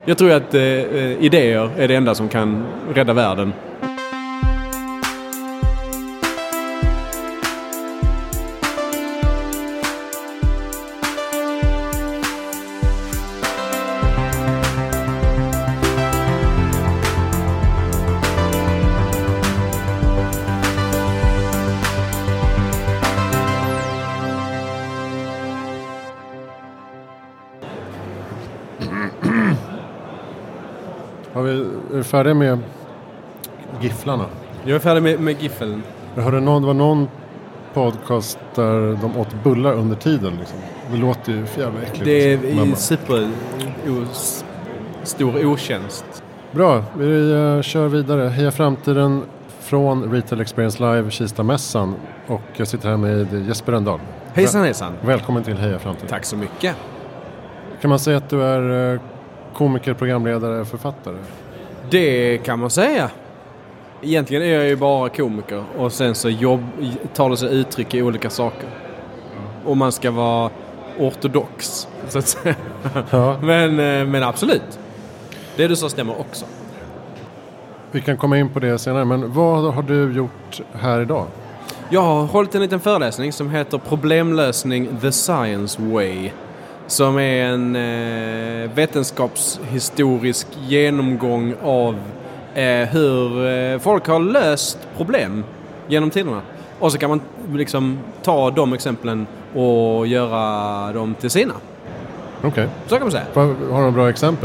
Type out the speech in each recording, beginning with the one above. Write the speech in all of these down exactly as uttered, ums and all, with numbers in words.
Jag tror att eh, idéer är det enda som kan rädda världen. Har vi, är du färdig med gifflarna? Jag är färdig med, med giffeln. Jag hörde någon, det var någon podcast där de åt bullar under tiden. Liksom. Det låter ju för jävla äckligt. Det är liksom. i super os, stor otjänst. Bra, vi uh, kör vidare. Heja framtiden från Retail Experience Live Kista-mässan. Och jag sitter här med Jesper Rönndahl. Hejsan hejsan. Välkommen till Heja framtiden. Tack så mycket. Kan man säga att du är uh, komiker, programledare, författare? Det kan man säga. Egentligen är jag ju bara komiker. Och sen så jobb, tar det sig uttryck i olika saker. Och man ska vara ortodox, så att säga. Ja. men, men absolut. Det du sa stämmer också. Vi kan komma in på det senare. Men vad har du gjort här idag? Jag har hållit en liten föreläsning som heter Problemlösning The Science Way. Som är en eh, vetenskapshistorisk genomgång av eh, hur eh, folk har löst problem genom tiderna. Och så kan man liksom ta de exemplen och göra dem till sina. Okej. Okay. Så kan man säga. Har du några bra exempel?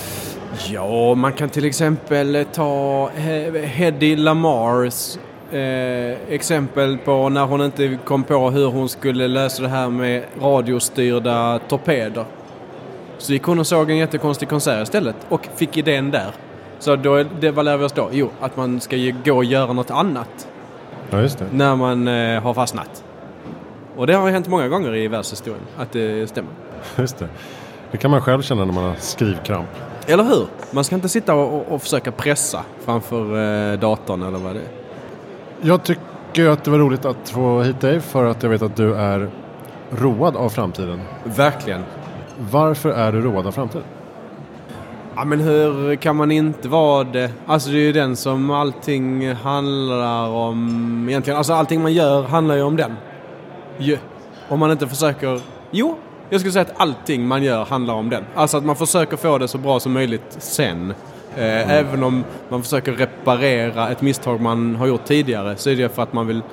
Ja, man kan till exempel ta Hedy Lamars eh, exempel på när hon inte kom på hur hon skulle lösa det här med radiostyrda torpeder. Så gick hon och såg en jättekonstig konsert istället och fick idén där. Så då, det, vad lär vi oss då? Jo, att man ska gå och göra något annat. Ja, just det. När man eh, har fastnat. Och det har hänt många gånger i världshistorien att det stämmer. Just det. Det kan man själv känna när man har skrivkramp. Eller hur? Man ska inte sitta och, och försöka pressa framför eh, datorn eller vad det är. Jag tycker att det var roligt att få hit dig för att jag vet att du är road av framtiden. Verkligen. Varför är du road av framtiden? Ja, men hur kan man inte vara det? Alltså det är ju den som allting handlar om egentligen. Alltså allting man gör handlar ju om den. Ja. Om man inte försöker... Jo, jag skulle säga att allting man gör handlar om den. Alltså att man försöker få det så bra som möjligt sen. Eh, mm. Även om man försöker reparera ett misstag man har gjort tidigare så är det för att man vill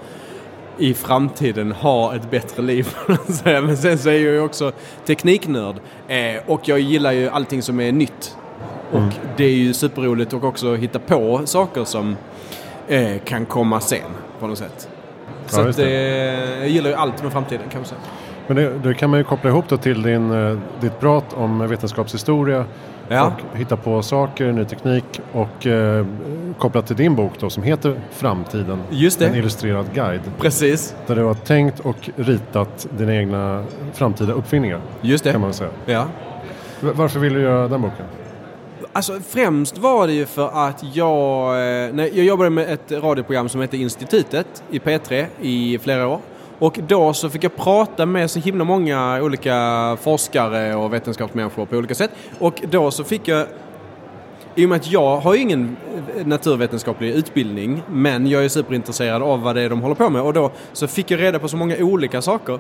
i framtiden ha ett bättre liv. Men sen så är jag ju också tekniknörd. Eh, och jag gillar ju allting som är nytt. Och mm. det är ju superroligt att också hitta på saker som eh, kan komma sen på något sätt. Så ja, att, eh, jag gillar ju allt med framtiden kan man säga. Men det, det kan man ju koppla ihop då till din, ditt prat om vetenskapshistoria. Ja. Och hitta på saker, ny teknik och eh, kopplat till din bok då som heter Framtiden. Just det. En illustrerad guide. Precis. Där du har tänkt och ritat dina egna framtida uppfinningar. Just det. Kan man säga. Ja. Varför vill du göra den boken? Alltså främst var det ju för att jag, nej, jag jobbade med ett radioprogram som heter Institutet i P tre i flera år. Och då så fick jag prata med så himla många olika forskare och vetenskapsmänniskor på olika sätt. Och då så fick jag, i och med att jag har ingen naturvetenskaplig utbildning, men jag är superintresserad av vad det är de håller på med. Och då så fick jag reda på så många olika saker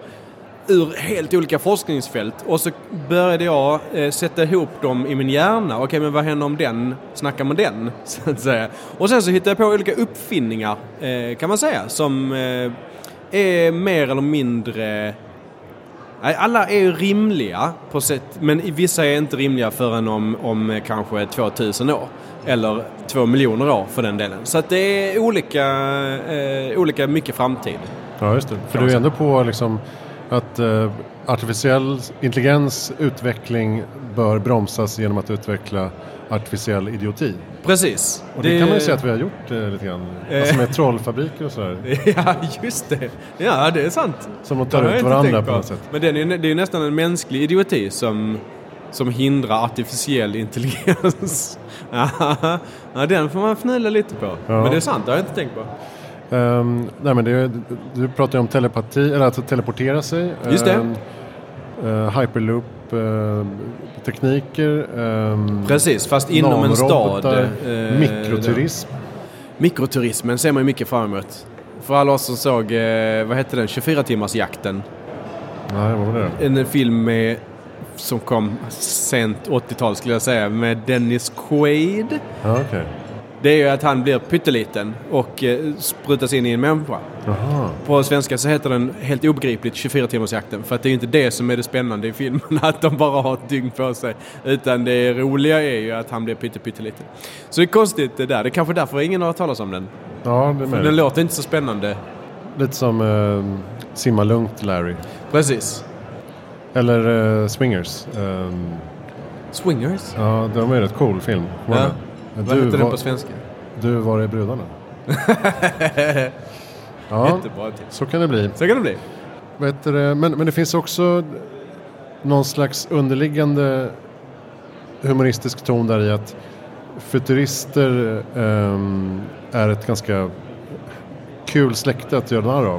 ur helt olika forskningsfält. Och så började jag eh, sätta ihop dem i min hjärna. Okej, men vad händer om den? Snackar man den? Så att säga. Och sen så hittade jag på olika uppfinningar, eh, kan man säga, som... Eh, är mer eller mindre... Nej, alla är ju rimliga på sätt, men vissa är inte rimliga förrän om, om kanske tvåtusen år. Eller två miljoner år för den delen. Så att det är olika, eh, olika mycket framtid. Ja, just det. För du är ändå på liksom att eh, artificiell intelligens utveckling bör bromsas genom att utveckla artificiell idioti. Precis. Och det, det kan man ju säga att vi har gjort eh, lite grann. Eh. Alltså med trollfabriker och sådär. Ja, just det. Ja, det är sant. Som de tar ut varandra på något sätt. Men det är, det är nästan en mänsklig idioti som, som hindrar artificiell intelligens. Ja, den får man fnula lite på. Ja. Men det är sant, det har jag inte tänkt på. Um, nej, men det, du pratar ju om telepati, eller alltså teleportera sig. Just det. Um, uh, hyperloop eh, tekniker. Eh, Precis, fast inom en stad. Eh, mikroturism. Där. Mikroturismen ser man ju mycket fram emot. För alla oss som såg, eh, vad hette den, tjugofyra timmars jakten. Nej, vad var det? En, en film med, som kom sent åttiotal skulle jag säga, med Dennis Quaid. Ja, okej. Okay. Det är ju att han blir pytteliten och eh, sprutas in i en människa. Aha. På svenska så heter den helt obegripligt tjugofyra timmars jakten. För att det är ju inte det som är det spännande i filmen, att de bara har ett dygn på sig. Utan det roliga är ju att han blir pyttepytteliten. Så det är konstigt det där. Det är kanske därför ingen har talat om den. Ja, det är för den låter inte så spännande. Lite som eh, Simma lugnt Larry. Precis. Eller eh, Swingers. Um, Swingers? Ja, de är en rätt cool film. Var ja. Du Vad heter var, den på svenska? Du var i brudarna. Ja, jättebra till. Så kan det bli. Så kan det bli. Vet du, men, men det finns också någon slags underliggande humoristisk ton där i att futurister um, är ett ganska kul släkte att göra narr av.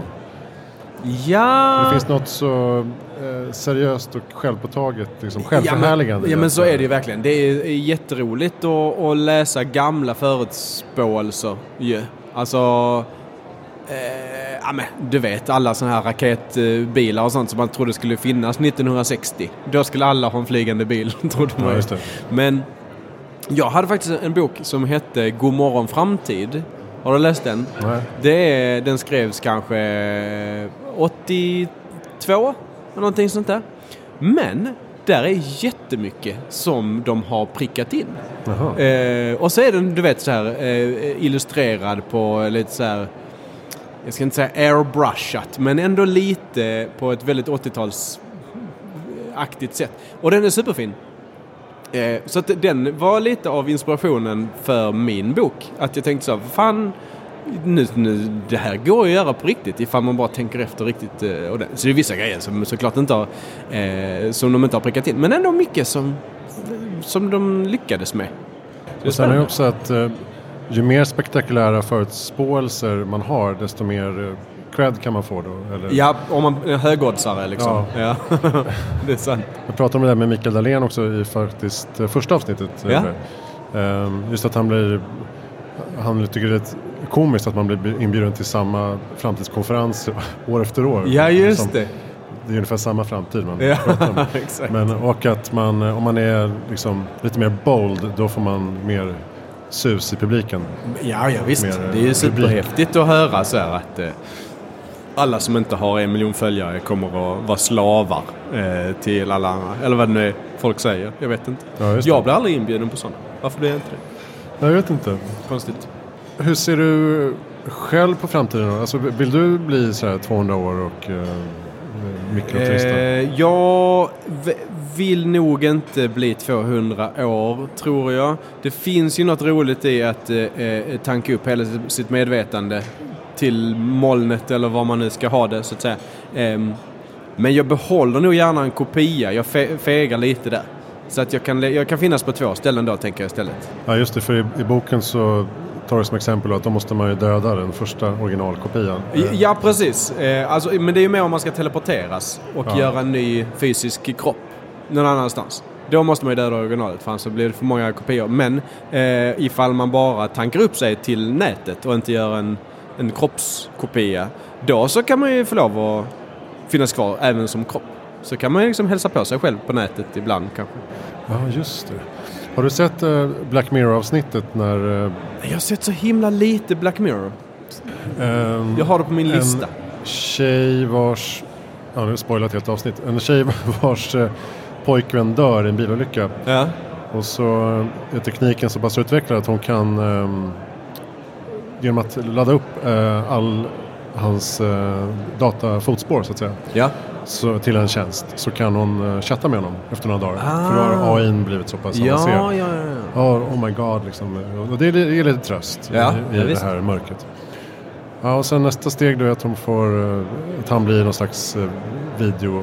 Ja. Det finns något så eh, seriöst och självpåtaget, liksom självförhärligande. Ja, men, ja, men så är det ju verkligen. Det är jätteroligt att, att läsa gamla förutspåelser. Yeah. Alltså, eh, ja, men, du vet, alla sådana här raketbilar och sånt som man trodde skulle finnas nittonhundrasextio. Då skulle alla ha en flygande bil, trodde man. Ja, just det. Men jag hade faktiskt en bok som hette God morgon framtid. Har du läst den? Nej. Det är, den skrevs kanske åttiotvå eller någonting sånt där. Men där är jättemycket som de har prickat in. Eh, och så är den, du vet, så här eh, illustrerad på lite så här, jag ska inte säga airbrushat, men ändå lite på ett väldigt åttiotalsaktigt sätt. Och den är superfin. Eh, så att den var lite av inspirationen för min bok. Att jag tänkte så, fan, nu, nu, det här går att göra på riktigt ifall man bara tänker efter riktigt. Eh, och det. Så det är vissa grejer som såklart inte har, eh, som de inte har prickat in. Men ändå mycket som, som de lyckades med. Och sen är det också att eh, ju mer spektakulära förutspåelser man har, desto mer eh, cred kan man få då? Eller? Ja, om man är högoddsare liksom. Ja. Ja. Det är sant. Jag pratade om det där med Mikael Dahlén också i faktiskt första avsnittet. Ja. Just att han blir, han tycker det är komiskt att man blir inbjuden till samma framtidskonferens år efter år. Ja, just som, det. Det är ungefär samma framtid man ja, pratar om. Exakt. Men, och att man, om man är liksom lite mer bold, då får man mer sus i publiken. Ja, ja visst. Mer, det är ju superhäftigt att höra så här att eh, alla som inte har en miljon följare kommer att vara slavar eh, till alla andra. Eller vad det nu är folk säger. Jag vet inte. Ja, jag blir aldrig inbjuden på sådana. Varför blir jag inte det? Jag vet inte. Konstigt. Hur ser du själv på framtiden? Alltså, vill du bli så här tvåhundra år och eh, mikroturista? Eh, jag v- vill nog inte bli tvåhundra år, tror jag. Det finns ju något roligt i att eh, tanka upp hela sitt medvetande till molnet eller vad man nu ska ha det, så att säga. Eh, men jag behåller nog gärna en kopia. Jag fe- fegar lite där. Så att jag kan, jag kan finnas på två ställen då, tänker jag istället. Ja, just det. För i, i boken så tar det som exempel att då måste man ju döda den första originalkopian. Ja, precis. Eh, alltså, men det är ju mer om man ska teleporteras och ja. göra en ny fysisk kropp någon annanstans. Då måste man ju döda originalet, för annars så blir det för många kopior. Men eh, ifall man bara tankar upp sig till nätet och inte gör en, en kroppskopia, då så kan man ju få lov att finnas kvar även som kropp. Så kan man ju liksom hälsa på sig själv på nätet ibland kanske. Ja, just det. Har du sett uh, Black Mirror-avsnittet när... Uh, jag har sett så himla lite Black Mirror. Um, jag har det på min lista. En tjej vars... Ja, nu har jag spoilat helt avsnitt. En tjej vars uh, pojkvän dör i en bilolycka. Ja. Och så är tekniken så pass utvecklad att hon kan... Um, genom att ladda upp uh, all hans uh, datafotspår, så att säga. Ja. Så till en tjänst så kan hon uh, chatta med honom efter några dagar. Ah. För då har A I blivit så pass avancerad. Ja, ja, ja. Oh, oh my god, liksom. Och det är, det är lite tröst ja, i, i det här mörkret. Ja, och sen nästa steg då är att hon får uh, att han blir någon slags uh, video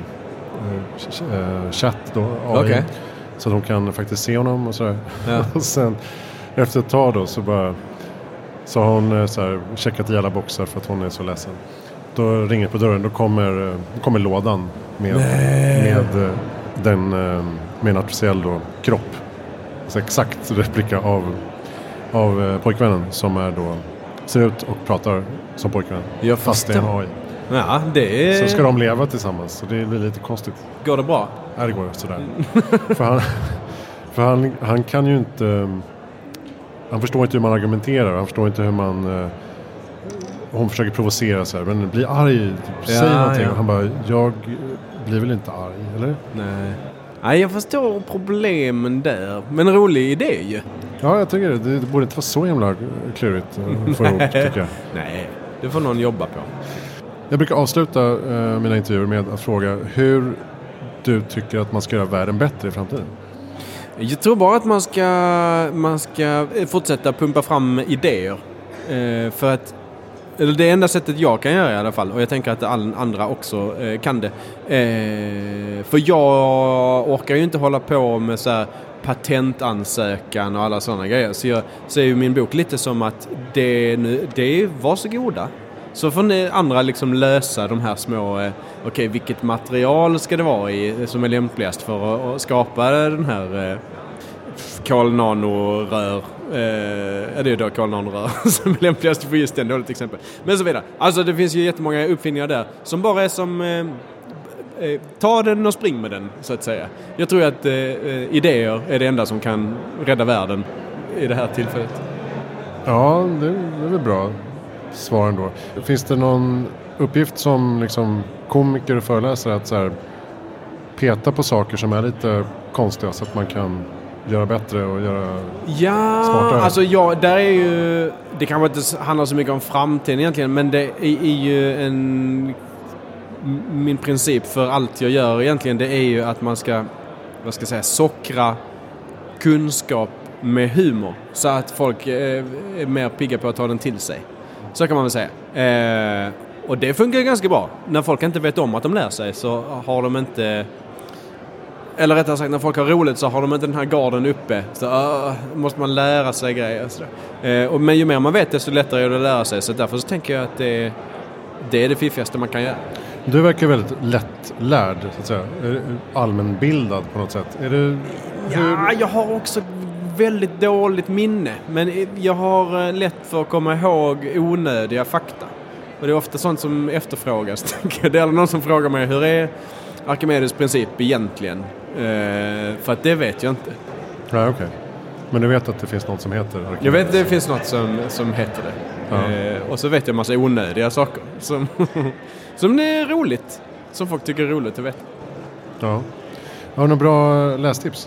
uh, uh, chatt då, A I. Okay. Så att hon kan faktiskt se honom och sådär. Ja. Och sen efter ett tag då så bara så har hon så här checkat i alla boxar för att hon är så ledsen. Då ringer på dörren, då kommer, då kommer lådan med, med den eh, med en artificiell då, kropp. Alltså exakt replika av, av eh, pojkvännen som är då, ser ut och pratar som pojkvän. Jag fast det är en A I. Ja, det är... Så ska de leva tillsammans. Så det blir lite konstigt. Går det bra? Ja, det går sådär. för han, för han, han kan ju inte... Han förstår inte hur man argumenterar. Han förstår inte hur man... Hon försöker provocera så här. Men bli arg. Typ, säg ja, någonting. Ja. Han bara, jag blir väl inte arg, eller? Nej. Nej, jag förstår problemen där. Men en rolig idé ju. Ja, jag tycker det. Det borde inte vara så himla klurigt för ihop, tycker jag. Nej, det får någon jobba på. Jag brukar avsluta uh, mina intervjuer med att fråga hur du tycker att man ska göra världen bättre i framtiden. Jag tror bara att man ska, man ska fortsätta pumpa fram idéer. Eh, för att eller det enda sättet jag kan göra i alla fall. Och jag tänker att alla andra också eh, kan det. Eh, för jag orkar ju inte hålla på med så här patentansökan och alla sådana grejer. Så jag ser ju min bok lite som att det, nu, det är varsågoda. Så får ni andra liksom lösa de här små, eh, okej okay, vilket material ska det vara i som är lämpligast för att, att skapa den här eh, kolnanorör. Eh, är det då kolnanorör som är lämpligast för just den dåligt exempel. Men så vidare. Alltså det finns ju jättemånga uppfinningar där som bara är som eh, eh, ta den och spring med den så att säga. Jag tror att eh, idéer är det enda som kan rädda världen i det här tillfället. Ja, det, det är väl bra svar ändå. Finns det någon uppgift som liksom komiker och föreläsare att så här, peta på saker som är lite konstiga så att man kan göra bättre och göra ja, smartare? Alltså ja, där är ju det kanske inte handlar så mycket om framtiden egentligen, men det är, är ju en min princip för allt jag gör egentligen, det är ju att man ska vad ska jag säga, sockra kunskap med humor så att folk är, är mer pigga på att ta den till sig. Så kan man väl säga. Eh, och det funkar ganska bra. När folk inte vet om att de lär sig så har de inte... Eller rättare sagt, när folk har roligt så har de inte den här garden uppe. Så uh, måste man lära sig grejer. Eh, och, men ju mer man vet desto lättare är det att lära sig. Så därför så tänker jag att det, det är det fiffigaste man kan göra. Du verkar väldigt lättlärd, så att säga. Allmänbildad på något sätt. Är du, ja, jag har också väldigt dåligt minne. Men jag har lätt för att komma ihåg onödiga fakta. Och det är ofta sånt som efterfrågas. Det är någon som frågar mig, hur är Archimedes princip egentligen? Eh, för att det vet jag inte. Ja, okej. Okay. Men du vet att det finns något som heter Archimedes? Jag vet att det finns något som, som heter det. Ja. Eh, och så vet jag en massa onödiga saker. Som, som det är roligt. Som folk tycker är roligt att veta. Ja. Har du några bra lästips?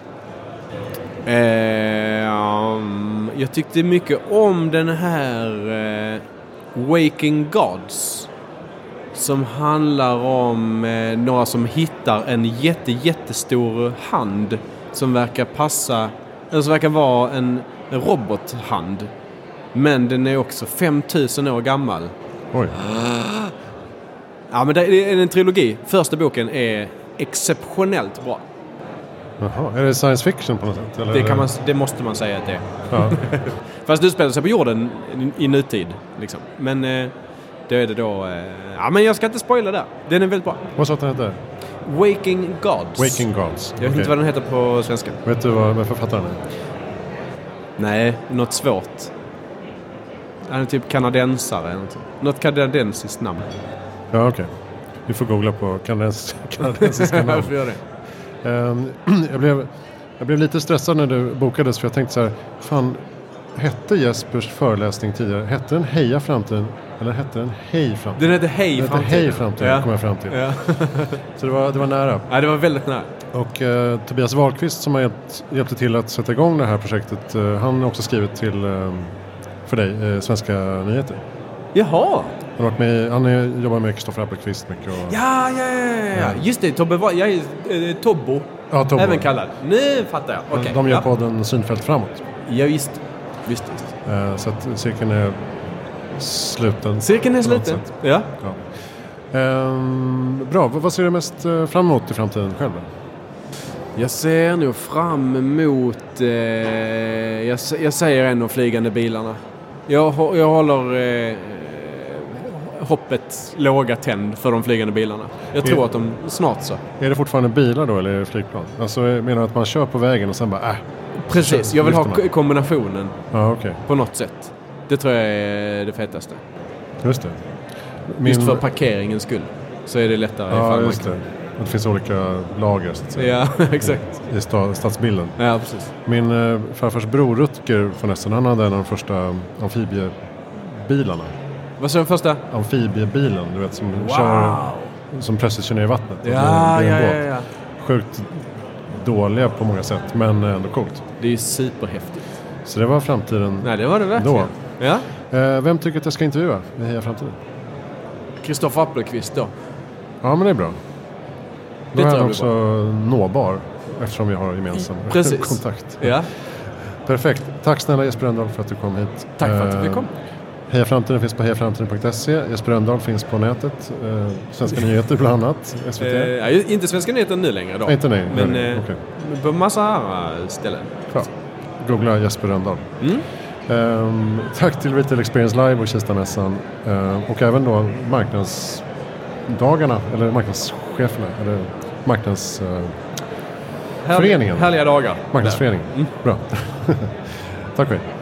Eh, um, jag tyckte mycket om den här eh, Waking Gods. Som handlar om eh, några som hittar en jätte, jättestor hand som verkar passa, eller som verkar vara en, en robothand. Men den är också fem tusen år gammal. Oj. Ja, men det är en trilogi. Första boken är exceptionellt bra. Jaha, är det science fiction på något sätt? Eller? Det, kan man, det måste man säga att det är. Ja. Fast det spelar sig på jorden i, i nutid. Liksom. Men eh, då är det då... Eh, ja, men jag ska inte spoila där. Den är väldigt bra. Vad sa att den heter? Waking Gods. Waking Gods. Jag vet okay. inte vad den heter på svenska. Vet du vad, vad författaren är? Nej, något svårt. Han är typ kanadensare. Eller något, något kanadensiskt namn. Ja, okej. Okay. Vi får googla på kanadens, kanadensiska namn. Varför gör det? Um, jag, blev, jag blev lite stressad när du bokades, för jag tänkte så här, fan, hette Jespers föreläsning tidigare, hette den Heja Framtiden eller hette den Hej Framtiden? Den hette Hej den Framtiden. Hej Framtiden, ja. kom jag fram till. Ja. Så det var, det var nära. Ja, det var väldigt nära. Och uh, Tobias Wahlqvist som har hjälpt, hjälpte till att sätta igång det här projektet, uh, han har också skrivit till uh, för dig, uh, Svenska Nyheter. Jaha. Han har varit med, han är, jobbar med Kristoffer Appelqvist mycket. Och, ja, ja, ja, ja. Just det, Tobbe var, jag är eh, Tobbo. Ja, Tobbo. Även kallad. Nu fattar jag. Okay. De gör ja. podden Synfält framåt. Ja, visst. Visst, visst. Uh, så att cirkeln är sluten. Cirkeln är sluten, ja. ja. Um, bra, vad, vad ser du mest uh, fram emot i framtiden själv? Jag ser nog fram emot, eh, jag, jag säger en av flygande bilarna. Jag, jag håller, eh, hoppet låga tänd för de flygande bilarna. Jag tror är, att de snart så. Är det fortfarande bilar då eller är det flygplan? Alltså jag menar att man kör på vägen och sen bara äh. Precis, jag vill ha k- kombinationen ja, okay. på något sätt. Det tror jag är det fetaste. Just det. Min... Just för parkeringens skull så är det lättare. Ja, just det. Det finns olika lager så att säga. Ja, exakt. I sta- stadsbilden. Ja, precis. Min eh, farfars bror Rutger från nästan, han hade en av de första amfibiebilarna. Vad sa den första? Amfibiebilen, du vet, som wow. kör, som plötsligt kör ner i vattnet. Ja, ja, ja, ja, ja. Sjukt dåliga på många sätt, men ändå coolt. Det är ju superhäftigt. Så det var framtiden. Nej, det var det verkligen. Då. Ja. Eh, vem tycker att jag ska intervjua i Heja Framtiden? Kristoffer Appelqvist då. Ja, men det är bra. Då det är han också nåbar eftersom vi har gemensam kontakt. Ja. Perfekt. Tack snälla Jesper Rönndahl för att du kom hit. Tack för att du kom. Heja Framtiden finns på heja framtiden punkt se. Jesper Rönndahl finns på nätet. Eh, Svenska nyheter bland annat. S V T. Eh, inte Svenska nyheter nu längre då. Nej, inte nej. Men nej, eh, okay. på massa andra ställen. Ja. Googla Jesper Rönndahl. Mm. Um, tack till Retail Experience Live och Kistamässan. Uh, och även då marknadsdagarna, eller marknadscheferna, eller marknadsföreningen. Uh, Härliga, härliga dagar. Marknadsföreningen. Mm. Bra. Tack för det.